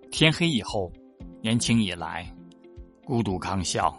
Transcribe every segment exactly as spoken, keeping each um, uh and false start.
天黑以后，年轻以来，孤独康笑。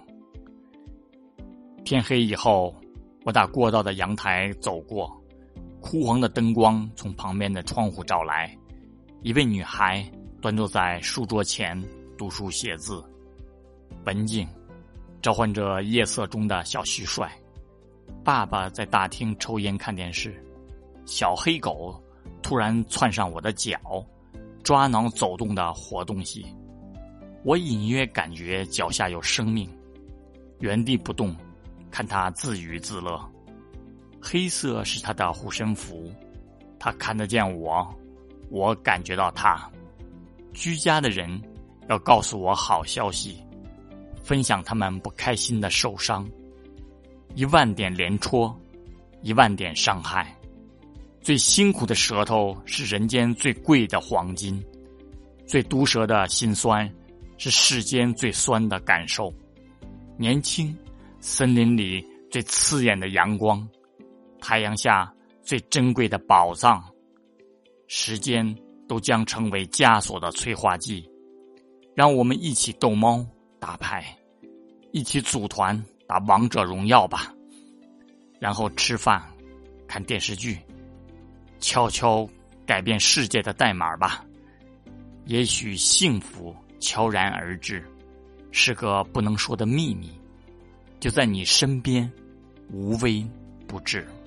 天黑以后，我打过道的阳台走过，枯黄的灯光从旁边的窗户照来，一位女孩端坐在书桌前读书写字，文静，召唤着夜色中的小蟋蟀。爸爸在大厅抽烟看电视，小黑狗突然窜上我的脚，抓挠走动的活东西。我隐约感觉脚下有生命，原地不动，看它自娱自乐。黑色是它的护身符，它看得见我，我感觉到它。居家的人要告诉我好消息，分享他们不开心的受伤。一万点连戳，一万点伤害。最辛苦的舌头是人间最贵的黄金，最毒舌的辛酸是世间最酸的感受。年轻，森林里最刺眼的阳光，太阳下最珍贵的宝藏。时间都将成为枷锁的催化剂，让我们一起逗猫打牌，一起组团打王者荣耀吧，然后吃饭看电视剧，悄悄改变世界的代码吧。也许幸福悄然而至，是个不能说的秘密，就在你身边，无微不至。